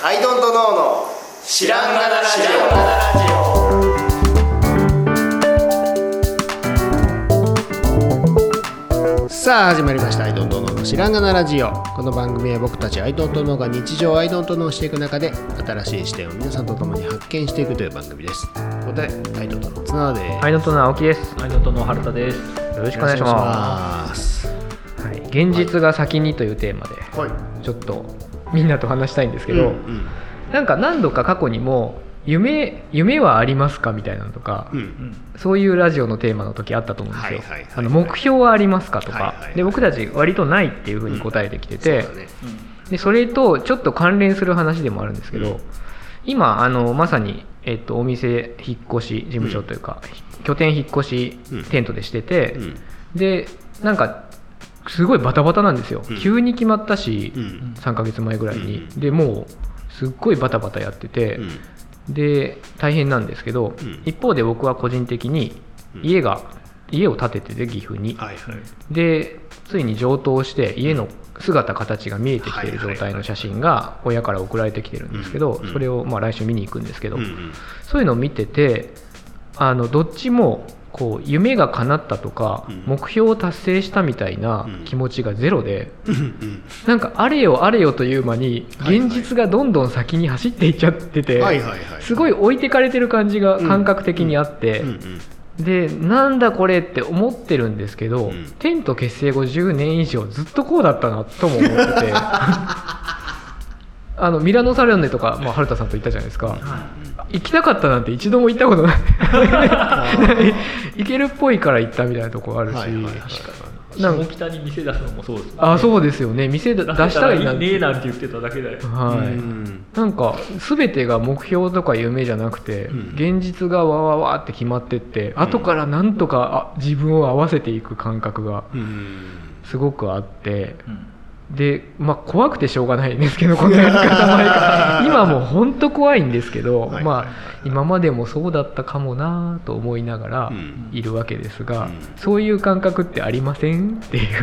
アイドントノーの知らんがなラジオ。さあ始まりましたアイドントノーの知らんがなラジオ。この番組は僕たちアイドントノーが日常をアイドントノーしていく中で新しい視点を皆さんと共に発見していくという番組です。ということでアイドントノー綱田です。 アイドントノー青木です。 アイドントノー春田です。 よろしくお願いします。はい、現実が先にというテーマで、はい、ちょっとみんなと話したいんですけど、なんか何度か過去にも夢はありますかみたいなのとか、そういうラジオのテーマの時あったと思うんですよ。目標はありますかとか、で僕たち割とないっていう風に答えてきてて、でそれとちょっと関連する話でもあるんですけど、今まさに、お店引っ越し事務所というか、拠点引っ越しテントでしてて、でなんかすごいバタバタなんですよ。急に決まったし、3ヶ月前ぐらいに、でもうすっごいバタバタやってて、で大変なんですけど、一方で僕は個人的に家を建ててて岐阜に、でついに上棟して家の姿形が見えてきている状態の写真が親から送られてきてるんですけど、それをまあ来週見に行くんですけど、そういうのを見ててどっちもこう夢が叶ったとか、目標を達成したみたいな気持ちがゼロで、なんかあれよあれよという間に現実がどんどん先に走っていっちゃってて、すごい置いてかれてる感じが感覚的にあって、でなんだこれって思ってるんですけど、テント結成後10年以上ずっとこうだったなとも思っててミラノサロンネとか、春田さんと行ったじゃないですか、行きたかったなんて一度も行ったことない行けるっぽいから行ったみたいなところあるし、 下北に店出すのもそうですね。 そうですよね。店出したらいいなんてねえなんて言ってただけだよ。 なんか全てが目標とか夢じゃなくて、現実がわわわって決まってって、後からなんとか自分を合わせていく感覚がすごくあって、で怖くてしょうがないんですけど、こんなやり方前から今もう本当怖いんですけど、今までもそうだったかもなと思いながらいるわけですが、そういう感覚ってありませんっていう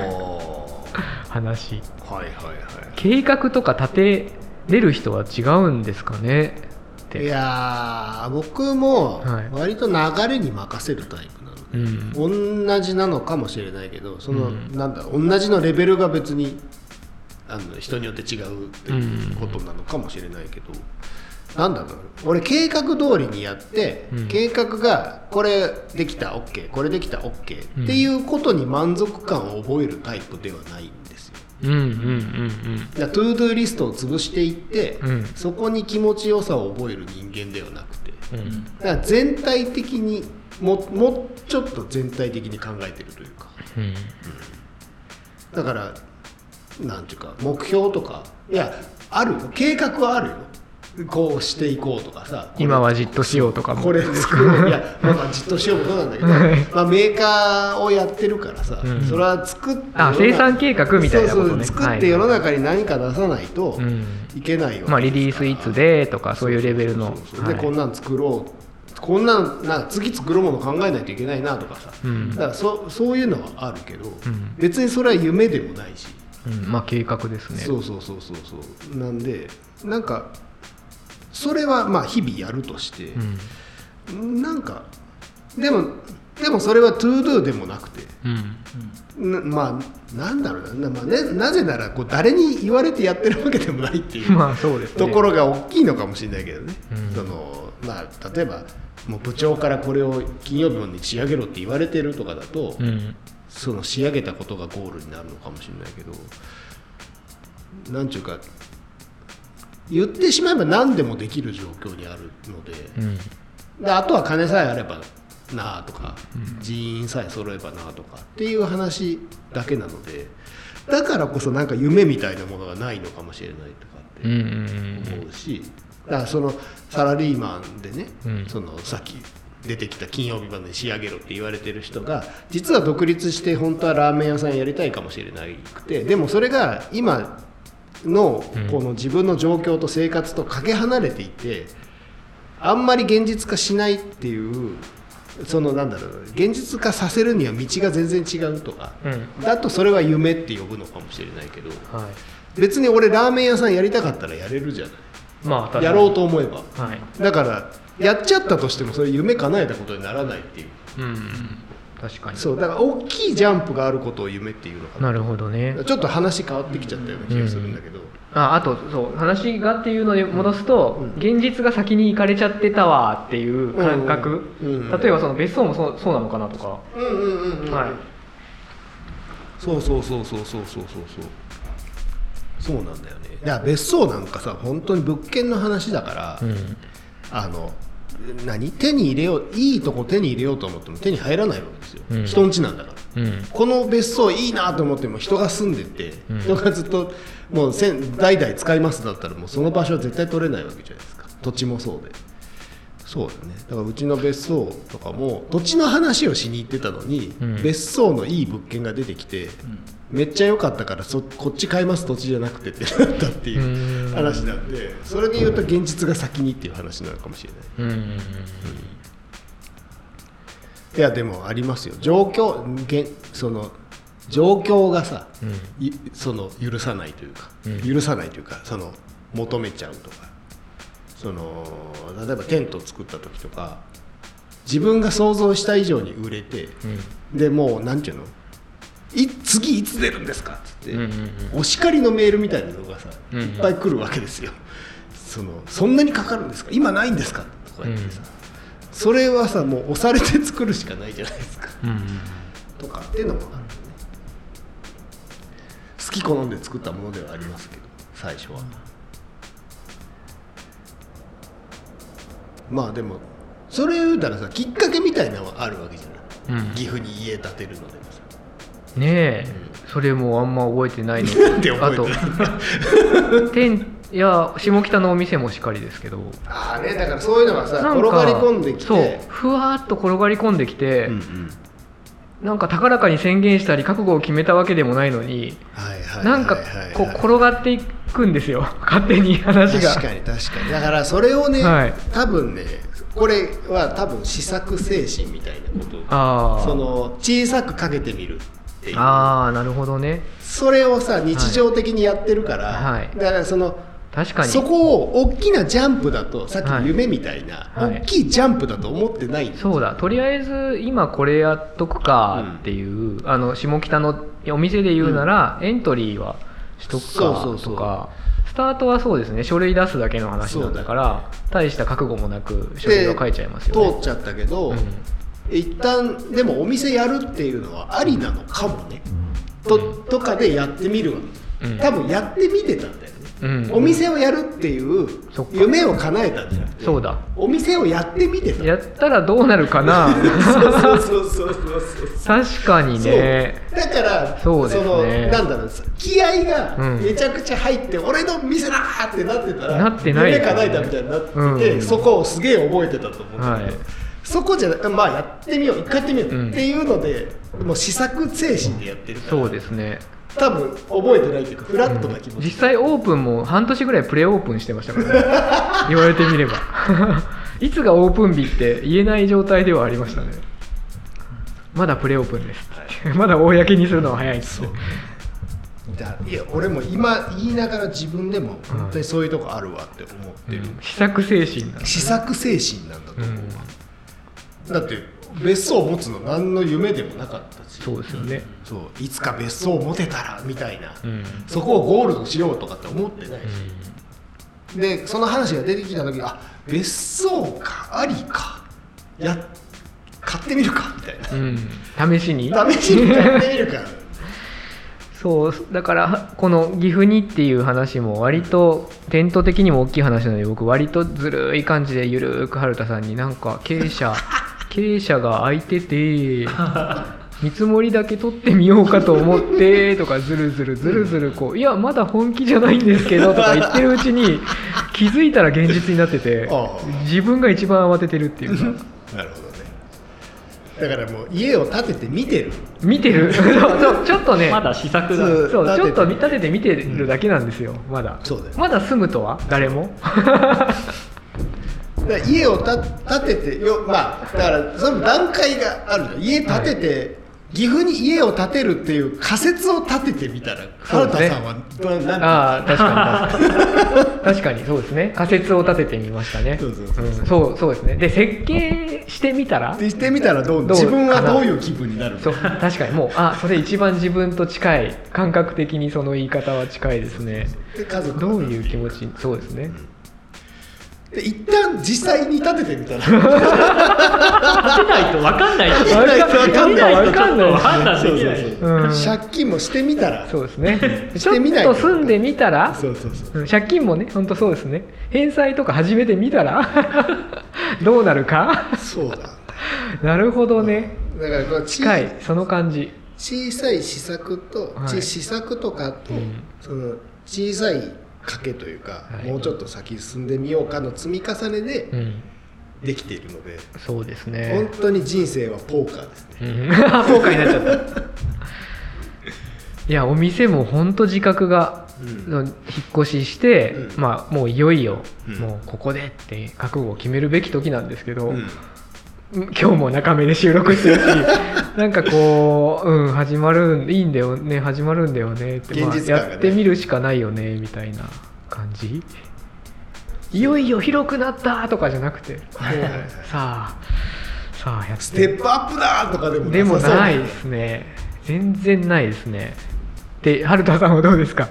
話。計画とか立てれる人は違うんですかねって。 いや僕も割と流れに任せるタイプなので、同じなのかもしれないけど、同じのレベルが別に人によって違うっていうことなのかもしれないけど、俺計画通りにやって、計画がこれできた OK これできた OK っていうことに満足感を覚えるタイプではないんですよ。トゥードゥーリストを潰していって、そこに気持ちよさを覚える人間ではなくて、だから全体的にもうちょっと全体的に考えてるというか、だからなんていうか目標とかあるよ、計画はあるよ。こうしていこうとかさ、 今はじっとしようとかも、 これ作ろう、じっとしようもそうなんだけどメーカーをやってるからさ、それは作って生産計画みたいなことね。 作って世の中に何か出さないといけないよ、 リリースいつでとかそういうレベルの、 でこんなん作ろう、こんなん次作るもの考えないといけないなとかさ、だからそういうのはあるけど、別にそれは夢でもないし、 計画ですね。 そうなんで、なんかそれは日々やるとして、なんかでもそれはトゥードゥでもなくて、なんだろうな、なぜなら誰に言われてやってるわけでもないっていうところが大きいのかもしれないけどね。例えばもう部長からこれを金曜日までに仕上げろって言われてるとかだと、その仕上げたことがゴールになるのかもしれないけど、なんちゅうか言ってしまえば何でもできる状況にあるので、あとは金さえあればなとか、人員さえ揃えばなとかっていう話だけなので、だからこそなんか夢みたいなものがないのかもしれないとかって思うし、だからそのサラリーマンでね、そのさっき出てきた金曜日までに仕上げろって言われてる人が、実は独立して本当はラーメン屋さんやりたいかもしれなくて、でもそれが今のこの自分の状況と生活とかけ離れていて、あんまり現実化しないっていう、現実化させるには道が全然違うとか、だとそれは夢って呼ぶのかもしれないけど、別に俺ラーメン屋さんやりたかったらやれるじゃない。 まあ、 やろうと思えば、 はい、 だからやっちゃったとしてもそれ夢叶えたことにならないっていう、 確かにそうだから大きいジャンプがあることを夢っていうのかな。 なるほどね。 ちょっと話変わってきちゃったような気がするんだけど、 あとそう話がっていうので戻すと、現実が先に行かれちゃってたわっていう感覚、例えばその別荘もそうなのかなとか、はい、そうなんだよね。いや別荘なんかさ本当に物件の話だから、手に入れよういいとこ手に入れようと思っても手に入らないわけですよ、人ん家なんだから、この別荘いいなと思っても人が住んでて、人がずっともう代々使いますだったらもうその場所は絶対取れないわけじゃないですか。土地もそうで、そうだね。だからうちの別荘とかも土地の話をしに行ってたのに、別荘のいい物件が出てきて、めっちゃ良かったからこっち買います土地じゃなくてってなったっていう話なんで、それで言うと現実が先にっていう話なのかもしれない。いやでもありますよ。その状況がさ、その許さないというか、その求めちゃうとか、その例えばテントを作った時とか自分が想像した以上に売れて、でもうなんていうの次いつ出るんですかっつって、お叱りのメールみたいなのがさ、いっぱい来るわけですよ。そんなにかかるんですか、今ないんですかとか言ってさ、それはさもう押されて作るしかないじゃないですか、とかっていうのもあるね。好き好んで作ったものではありますけど最初は、まあでもそれ言うたらさきっかけみたいなのはあるわけじゃない、岐阜に家建てるのでもさねえ、それもあんま覚えてないのであといや下北のお店もしかりですけど、 だからそういうのがさ転がり込んできて、 そうふわっと転がり込んできて、なんか高らかに宣言したり覚悟を決めたわけでもないのに、なんかこう転がっていくんですよ勝手に話が。 確かにだからそれをね、多分ねこれは多分試作精神みたいなこと、その小さくかけてみるっていう、 なるほどね。 それをさ日常的にやってるから、だから確かにそこを大きなジャンプだとさっきの夢みたいな、大きいジャンプだと思ってないんですよ。 そうだ、とりあえず今これやっとくかっていう、下北のお店で言うなら、エントリーはしとくかとか、スタートはそうですね、書類出すだけの話なんだから、大した覚悟もなく書類は書いちゃいますよね。 通っちゃったけど、一旦でもお店やるっていうのはありなのかもね、とかでやってみるわ、多分やってみてたんだよね、お店をやるっていう夢を叶えたんじゃなくて、 そうだ、 お店をやってみてた。 やったらどうなるかなそう確かにね。 だからそうですね、 なんだろう、気合がめちゃくちゃ入って、俺の店だーってなってたら、 なってない、 夢叶えたみたいになってて、そこをすげえ覚えてたと思うんだけど、そこじゃなくて、まあやってみよう、一回やってみようっていうので、もう試作精神でやってるから、 そうですね、 多分覚えてないっていうかフラットな気持ち、 実際オープンも半年ぐらいプレオープンしてましたからね言われてみればいつがオープン日って言えない状態ではありましたね。まだプレオープンですまだ公にするのは早いんですよ。 いや俺も今言いながら自分でも本当にそういうとこあるわって思ってる、 試作精神なんだ、 試作精神なんだと思う、だって別荘を持つの何の夢でもなかったし、 そうですよね、 そういつか別荘を持てたらみたいな、そこをゴールドしようとかって思ってないし、でその話が出てきた時に別荘かありか買ってみるかみたいな、試しに買ってみるかそうだからこの岐阜にっていう話も割とテント的にも大きい話なので、僕割とずるい感じでゆるく春田さんになんか経営者が空いてて見積もりだけ取ってみようかと思ってとかずるずるこう、いやまだ本気じゃないんですけどとか言ってるうちに気づいたら現実になってて自分が一番慌ててるっていうかなるほどね。だからもう家を建てて見てるちょっとねまだ試作だ。 そうちょっと建てて見てるだけなんですよ、まだ。 そうだよ、 まだ住むとは誰もだ家を建ててだからその段階があるの。家建てて岐阜に家を建てるっていう仮説を立ててみたら、原田さんは確かにそうですね。仮説を立ててみましたね。そうですね。で設計してみたら自分はどういう気分になるの？ そう確かにもうそれ一番自分と近い、感覚的にその言い方は近いですね。 で家族どういう気持ち？そうですね。 で一旦実際に立ててみたら立てないと分かんない借金もしてみたらそうですねちょっと住んでみたら借金もね本当そうですね、返済とか始めてみたらどうなるかそうだなるほどね、 だからこう近いその感じ、 小さい施策と、施策とかと、その小さい賭けというか、もうちょっと先進んでみようかの積み重ねでできているので、 そうですね、 本当に人生はポーカーですね、 ポーカーになっちゃったいやお店も本当自覚が、引っ越しして、まあもういよいよ、もうここでって覚悟を決めるべき時なんですけど、今日も中目で収録してるしなんかこう、始まるんだよねって、やってみるしかないよねみたいな感じ、いよいよ広くなったとかじゃなくて、さあやってステップアップだとかでもないですね、全然ないですね。で春田さんはどうですか？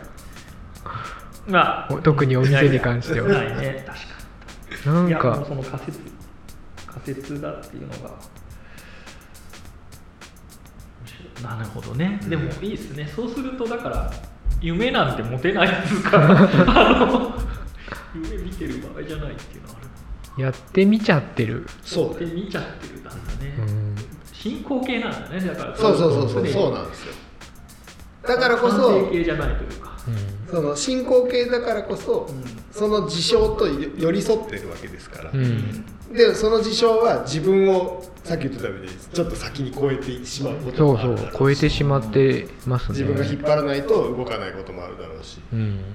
特にお店に関してはないね、確かに。なんかその仮説だっていうのがなるほどね、でもいいですね。そうするとだから夢なんて持てないですから夢見てる場合じゃないっていうのはある。 やってみちゃってる、 そうやってみちゃってるなんだね、進行形なんだね。だからそうなんですよ。だからこそ完成形じゃないというか、 その進行形だからこそ、その事象と寄り添ってるわけですから、でその事象は自分をさっき言ってたようにちょっと先に超えてしまうこともあるだろうし、 超えてしまってますね。 自分が引っ張らないと動かないこともあるだろうし、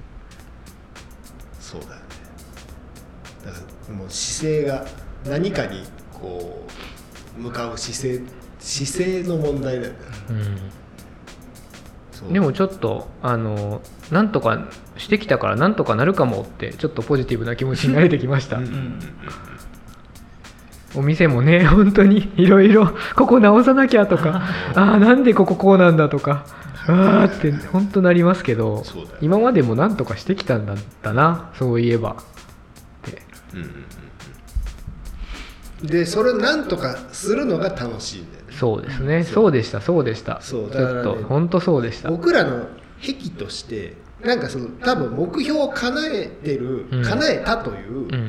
そうだよね。だからもう姿勢が何かにこう向かう姿勢の問題だよね。 でもちょっとなんとかしてきたからなんとかなるかもってちょっとポジティブな気持ちになれてきましたお店もね本当にいろいろここ直さなきゃとかなんでこうなんだとかって本当なりますけど、今までもなんとかしてきたんだな、そういえばって、 でそれをなんとかするのが楽しいんだよね。 そうですね、そうでしたそうだからね、ちょっと本当そうでした。 僕らの癖としてなんかその多分目標を叶えたという、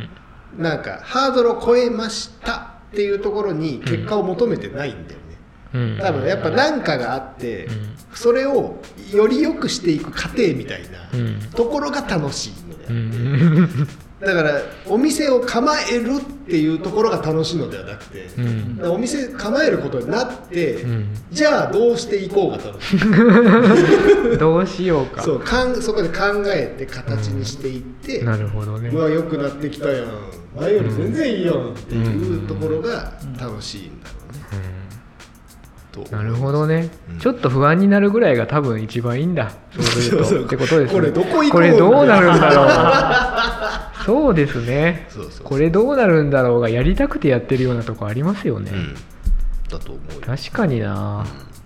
なんかハードルを超えましたっていうところに結果を求めてないんだよね、多分やっぱ何かがあって、それをより良くしていく過程みたいなところが楽しいので、だからお店を構えるっていうところが楽しいのではなくて、お店構えることになって、じゃあどうしていこうが楽しいどうしようか、 そこで考えて形にしていって、 なるほどね、 うわ良くなってきたやん、前より全然いいやんっていうところが楽しいんだろうね、 なるほどね、ちょっと不安になるぐらいが多分一番いいんだ、そうするとってことですね。 これどこ行こう、 これどうなるんだろうそうですね、これどうなるんだろうがやりたくてやってるようなとこありますよね、 だと思う。 確かにな、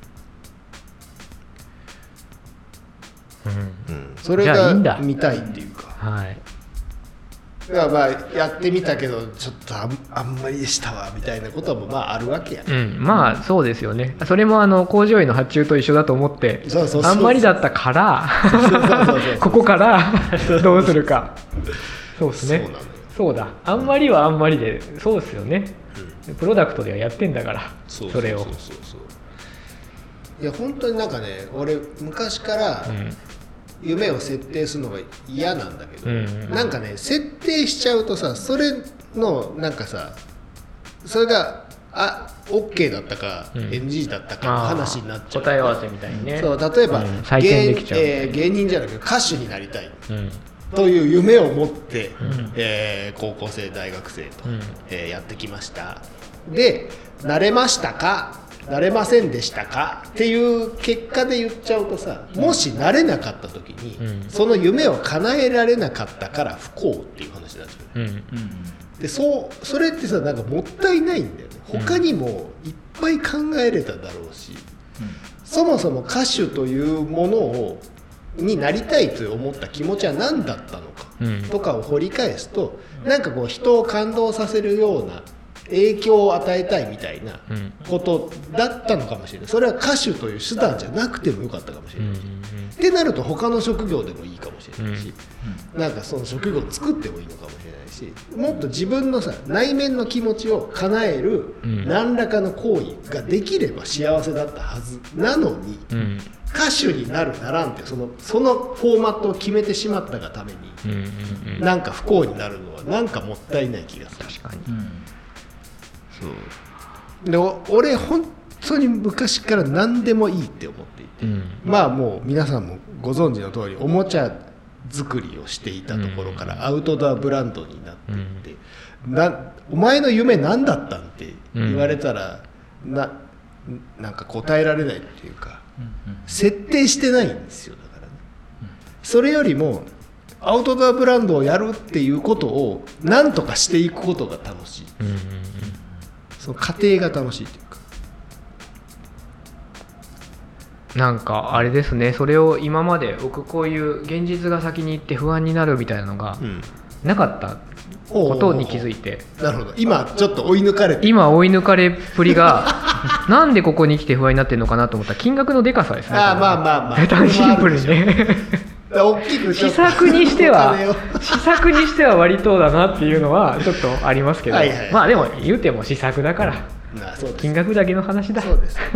それが見たいっていうか、だからまあやってみたけどちょっとあんまりでしたわみたいなこともまああるわけやね、 まあそうですよね。それも工場医の発注と一緒だと思って、あんまりだったからここからどうするかそうですね、そうだ、あんまりはあんまりで、そうですよね、プロダクトではやってんだから、それをいや本当になんかね、俺昔から夢を設定するのが嫌なんだけど、なんかね設定しちゃうとさ、それのなんかさ、それがOK だったか、NG だったかの話になっちゃう、 答え合わせみたいにね。 そう、例えば、芸人じゃなくて歌手になりたい、という夢を持って、高校生大学生と、やってきました。でなれましたかなれませんでしたかっていう結果で言っちゃうとさ、もしなれなかった時に、その夢を叶えられなかったから不幸っていう話になっちゃう、でそれってさ、なんかもったいないんだよね。他にもいっぱい考えれただろうし、そもそも歌手というものになりたいと思った気持ちは何だったのかとかを掘り返すと、なんかこう人を感動させるような影響を与えたいみたいなことだったのかもしれない。それは歌手という手段じゃなくてもよかったかもしれないし、ってなると他の職業でもいいかもしれないし、なんかその職業を作ってもいいのかもしれないし、もっと自分のさ内面の気持ちを叶える何らかの行為ができれば幸せだったはずなのに、歌手になるならんってそのフォーマットを決めてしまったがために、なんか不幸になるのはなんかもったいない気がする。 確かに、 そうで俺本当に昔から何でもいいって思っていて、まあもう皆さんもご存知の通りおもちゃ作りをしていたところからアウトドアブランドになっていって、お前の夢何だったんって言われたら、なんか答えられないっていうか、設定してないんですよ。だからね、それよりもアウトドアブランドをやるっていうことを何とかしていくことが楽しい、その過程が楽しいというか、 なんかあれですね、それを今まで僕こういう現実が先に行って不安になるみたいなのがなかったことに気づいて、 なるほど、今ちょっと追い抜かれて、 今追い抜かれっぷりがなんでここに来て不安になってるのかなと思ったら金額のでかさですね。 まあ単シンプルにね大きく試作にしては割とだなっていうのはちょっとありますけど、まあでも言うても試作だから金額だけの話だ。 そうです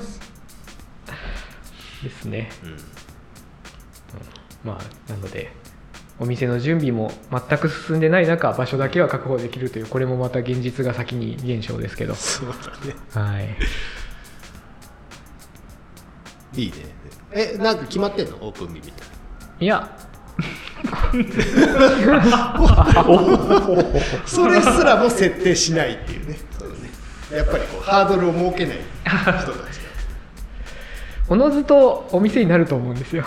ですね、まあなのでお店の準備も全く進んでない中、場所だけは確保できるという、これもまた現実が先に現象ですけど、 そうだね、 はい、 いいね。なんか決まってんの、オープン日みたいな。 いやそれすらも設定しないっていうね。そうね、やっぱりこうハードルを設けない人たちがおのずとお店になると思うんですよ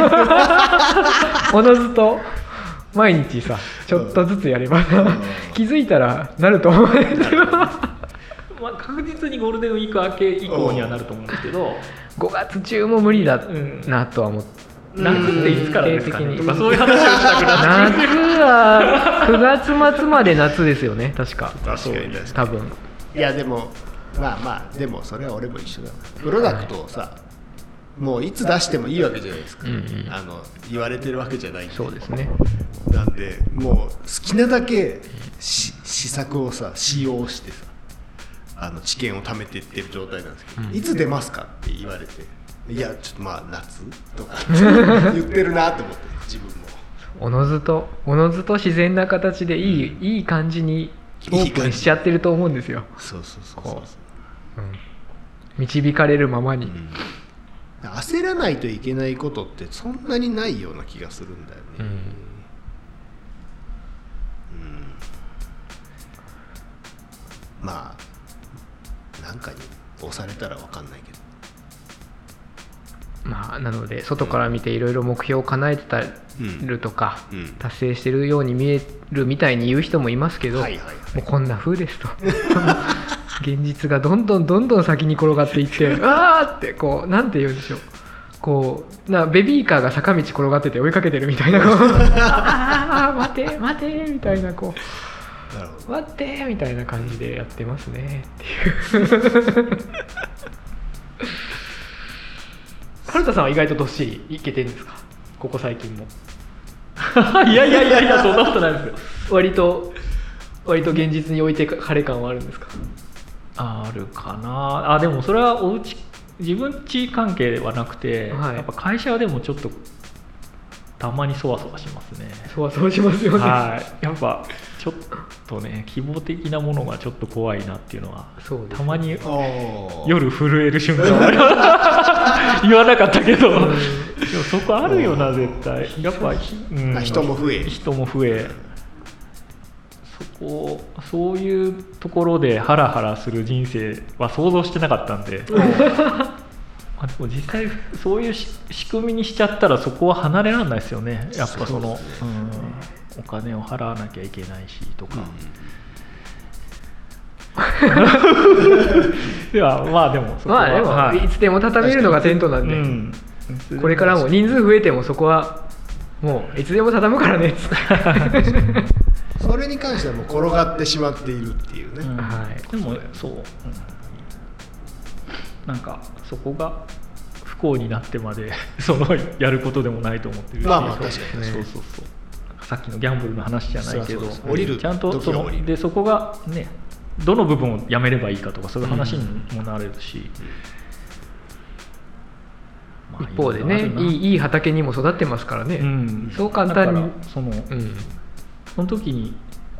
おのずと毎日さちょっとずつやれば気づいたらなると思うんですけどまあ確実にゴールデンウィーク明け以降にはなると思うんですけど、 5月中も無理だなとは思って、 夏っていつからですかねとかそういう話をしたくなって夏は9月末まで夏ですよね、確か。 確かに多分。 いやでもまあでもそれは俺も一緒だ。プロダクトをさ、もういつ出してもいいわけじゃないですか、言われてるわけじゃないんで。 そうですね。 なんでもう好きなだけ試作をさ使用してさ、知見を貯めていってる状態なんですけど、いつ出ますかって言われて、いやちょっとまあ夏とか言ってるなと思って自分もおのずと自然な形でいい感じにオープンしちゃってると思うんですよ。 そう、 導かれるままに、 焦らないといけないことってそんなにないような気がするんだよね。まあなんかに押されたら分かんないけど、 まあなので外から見ていろいろ目標を叶えてたるとか、達成してるように見えるみたいに言う人もいますけど、もうこんな風ですと現実がどんどん先に転がっていってあーってこうなんて言うんでしょう、こうベビーカーが坂道転がってて追いかけてるみたいなあ待てみたいな、こう待ってみたいな感じでやってますねっていう春田さんは意外とどっしりいけてるんですか、ここ最近もいやそんなことないですよ。 割と現実に置いてかれ感はあるんですか。 あるかな。でもそれは自分家関係ではなくて、やっぱ会社はでもちょっとたまにそわそわしますね。 そわそわしますよね。 やっぱちょっとね希望的なものがちょっと怖いなっていうのは、たまに夜震える瞬間は言わなかったけど、でもそこあるよな絶対。やっぱ、 人も増えそそういうところでハラハラする人生は想像してなかったんででも実際そういう仕組みにしちゃったらそこは離れられないですよね。やっぱそのお金を払わなきゃいけないしとか、ではまあでもそこは、 はい、いつでも畳めるのがテントなんで、これからも人数増えてもそこはもういつでも畳むからねっつってそれに関してはもう転がってしまっているっていうね、 はい、でもそう、なんかそこが不幸になってまでそのやることでもないと思ってる。 まあまあ確かに、 そうさっきのギャンブルの話じゃないけど、 降りるちゃんとそこがね、どの部分をやめればいいかとかそういう話にもなれるし、 一方でね、いい畑にも育ってますからね、そう簡単にその時に、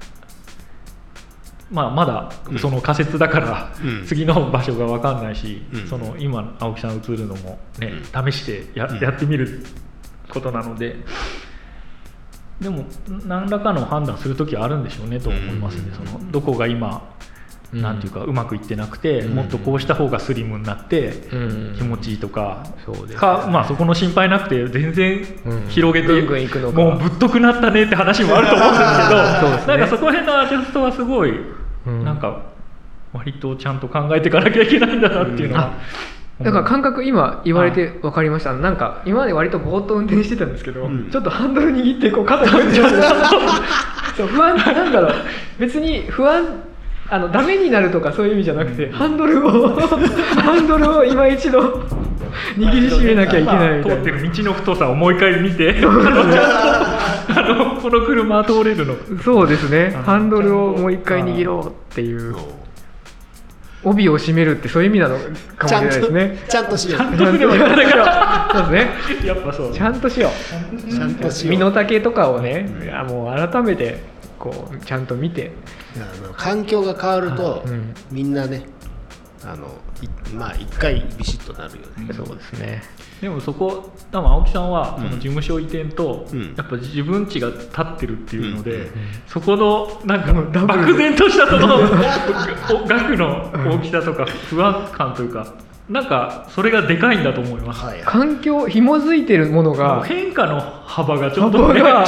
まだその仮説だから次の場所が分かんないし、その今青木さん映るのもね、試してやってみることなので、でも何らかの判断する時はあるんでしょうねと思いますね。そのどこが今なんていうかうまくいってなくて、もっとこうした方がスリムになって気持ちいいとか、まあそこの心配なくて全然広げてもうぶっとくなったねって話もあると思うんですけど、なんかそこら辺のアジャストはすごいなんか割とちゃんと考えていかなきゃいけないんだなっていうのは。 だから感覚今言われて分かりました。なんか今まで割とぼーっと運転してたんですけど、ちょっとハンドル握ってこう肩が振っちゃう不安なんだろう、別に不安ダメになるとかそういう意味じゃなくて、ハンドルを今一度握りしめなきゃいけないみたいな、 通ってる道の太さをもう一回見てこの車通れるの。 そうですね、ハンドルをもう一回握ろうっていう、帯を締めるってそういう意味なのかもしれないですね。 ちゃんとしよう。 そうですね。 やっぱそう。 ちゃんとしよう。身の丈とかをね、もう改めてこうちゃんと見て。 環境が変わると、みんなね、まあ一回ビシッとなるよね。 そうですね。 でもそこ多分青木さんはその事務所移転と、やっぱ自分家が立ってるっていうので、そこのなんか漠然としたその額の大きさとか不安感というか、なんかそれがでかいんだと思います。 環境紐づいてるものが変化の幅がちょっとね、だ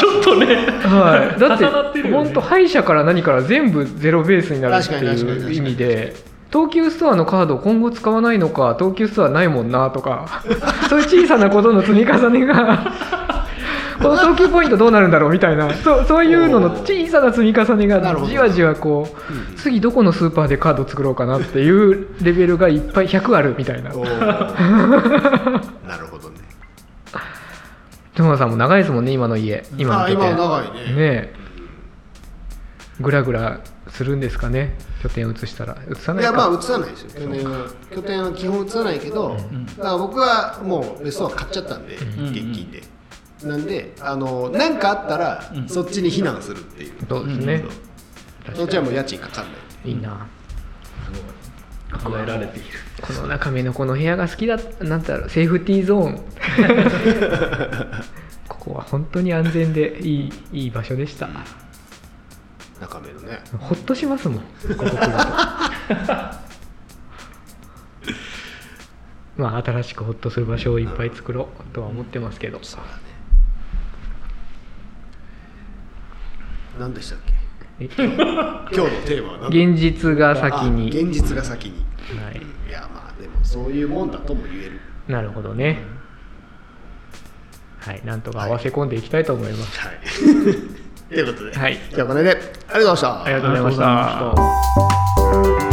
って本当歯医者から何から全部ゼロベースになるっていう意味で。東急ストアのカードを今後使わないのか、東急ストアないもんなとかそういう小さなことの積み重ねがこの東急ポイントどうなるんだろうみたいな、そういうのの小さな積み重ねがじわじわこう、次どこのスーパーでカード作ろうかなっていうレベルがいっぱい100あるみたいな。なるほどね。 友田さんも長いですもんね、今の家。 今長いね。 グラグラするんですかね、拠点移したら。移さないか。 いや、まあ移さないですよ。拠点は基本移さないけど、だから僕はもう別荘は買っちゃったんで、現金で。なんで何かあったらそっちに避難するっていう。 そうですね。 そっちはもう家賃かかんない。 いいな。 考えられている。 この中目のこの部屋が好きだ、なんだろう、セーフティーゾーン。ここは本当に安全でいい場所でした。 中目のね。 ほっとしますもん。ここ来ると。まあ新しくほっとする場所をいっぱい作ろうとは思ってますけど。 そうだね。何でしたっけ？今日のテーマは何？ 現実が先に。 現実が先に。 はい。 いや、まあでもそういうもんだとも言える。 なるほどね。はい、なんとか合わせ込んでいきたいと思います。 はい。ということで、 はい、 今日はこれでありがとうございました。 ありがとうございました。